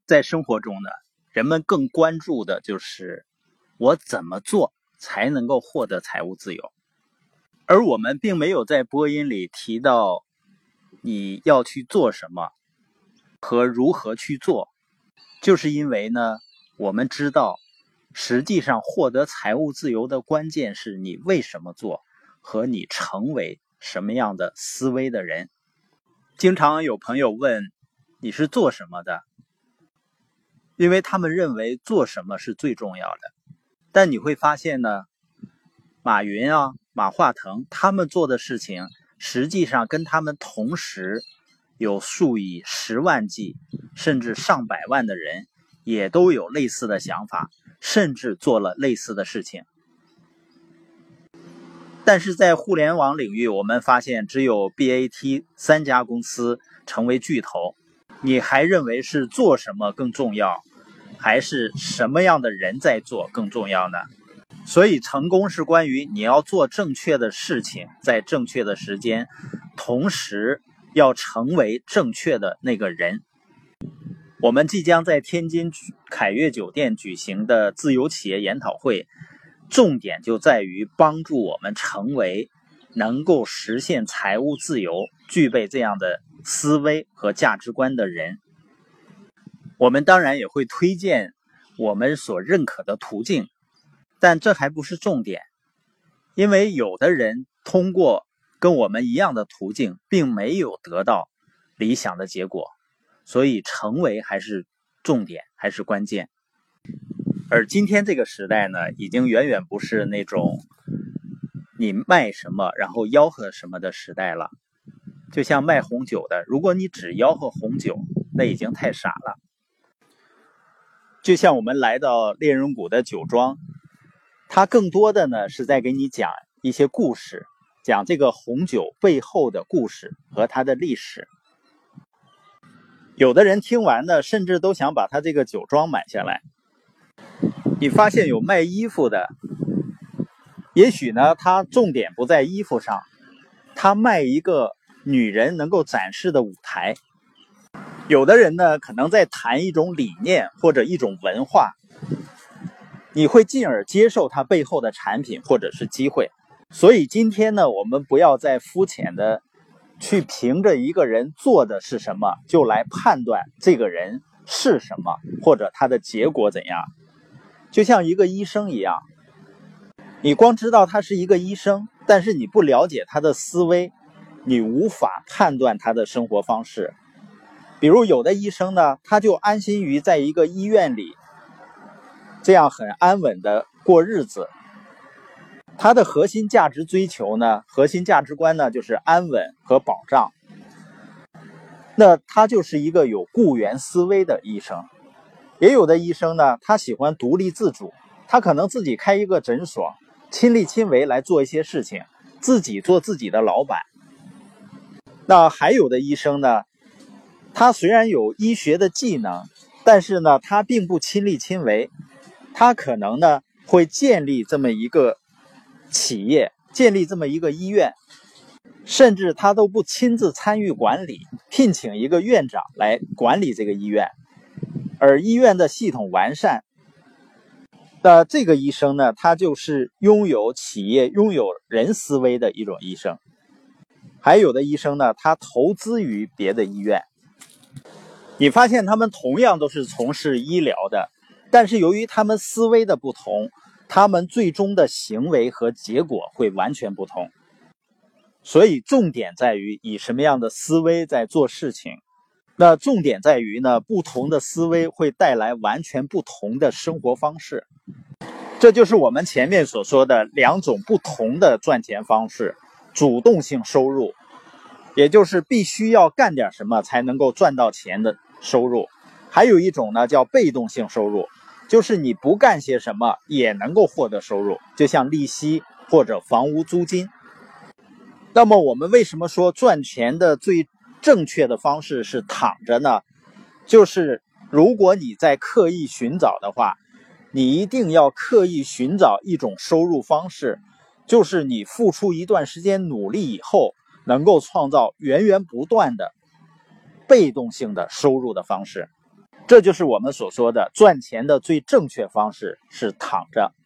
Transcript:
在生活中呢，人们更关注的就是我怎么做才能够获得财务自由，而我们并没有在播音里提到你要去做什么和如何去做，就是因为呢，我们知道实际上获得财务自由的关键是你为什么做和你成为什么样的思维的人。经常有朋友问你是做什么的，因为他们认为做什么是最重要的。但你会发现呢，马云啊、马化腾他们做的事情，实际上跟他们同时有数以10万计甚至上百万的人也都有类似的想法，甚至做了类似的事情。但是在互联网领域，我们发现只有 BAT 3家公司成为巨头。你还认为是做什么更重要，还是什么样的人在做更重要呢？所以成功是关于你要做正确的事情，在正确的时间，同时要成为正确的那个人。我们即将在天津凯悦酒店举行的自由企业研讨会，重点就在于帮助我们成为能够实现财务自由、具备这样的思维和价值观的人。我们当然也会推荐我们所认可的途径，但这还不是重点，因为有的人通过跟我们一样的途径，并没有得到理想的结果，所以成为还是重点，还是关键。而今天这个时代呢，已经远远不是那种你卖什么然后吆喝什么的时代了。就像卖红酒的，如果你只吆喝红酒，那已经太傻了。就像我们来到猎人谷的酒庄，它更多的呢是在给你讲一些故事，讲这个红酒背后的故事和它的历史。有的人听完呢，甚至都想把他这个酒庄买下来。你发现有卖衣服的，也许呢他重点不在衣服上，他卖一个女人能够展示的舞台。有的人呢可能在谈一种理念或者一种文化，你会进而接受它背后的产品或者是机会。所以今天呢，我们不要再肤浅的去凭着一个人做的是什么就来判断这个人是什么或者他的结果怎样。就像一个医生一样，你光知道他是一个医生，但是你不了解他的思维，你无法判断他的生活方式。比如有的医生呢，他就安心于在一个医院里这样很安稳的过日子，他的核心价值追求呢，核心价值观呢就是安稳和保障。那他就是一个有雇员思维的医生。也有的医生呢，他喜欢独立自主，他可能自己开一个诊所，亲力亲为来做一些事情，自己做自己的老板。那还有的医生呢，他虽然有医学的技能，但是呢，他并不亲力亲为，他可能呢会建立这么一个企业，建立这么一个医院，甚至他都不亲自参与管理，聘请一个院长来管理这个医院。而医院的系统完善，那这个医生呢，他就是拥有企业、拥有人思维的一种医生。还有的医生呢，他投资于别的医院。你发现他们同样都是从事医疗的，但是由于他们思维的不同，他们最终的行为和结果会完全不同。所以重点在于以什么样的思维在做事情。那重点在于呢，不同的思维会带来完全不同的生活方式。这就是我们前面所说的2种不同的赚钱方式。主动性收入，也就是必须要干点什么才能够赚到钱的收入。还有一种呢叫被动性收入，就是你不干些什么也能够获得收入，就像利息或者房屋租金。那么我们为什么说赚钱的最正确的方式是躺着呢？就是如果你在刻意寻找的话，你一定要刻意寻找一种收入方式，就是你付出一段时间努力以后，能够创造源源不断的被动性的收入的方式。 这就是我们所说的赚钱的最正确方式是躺着。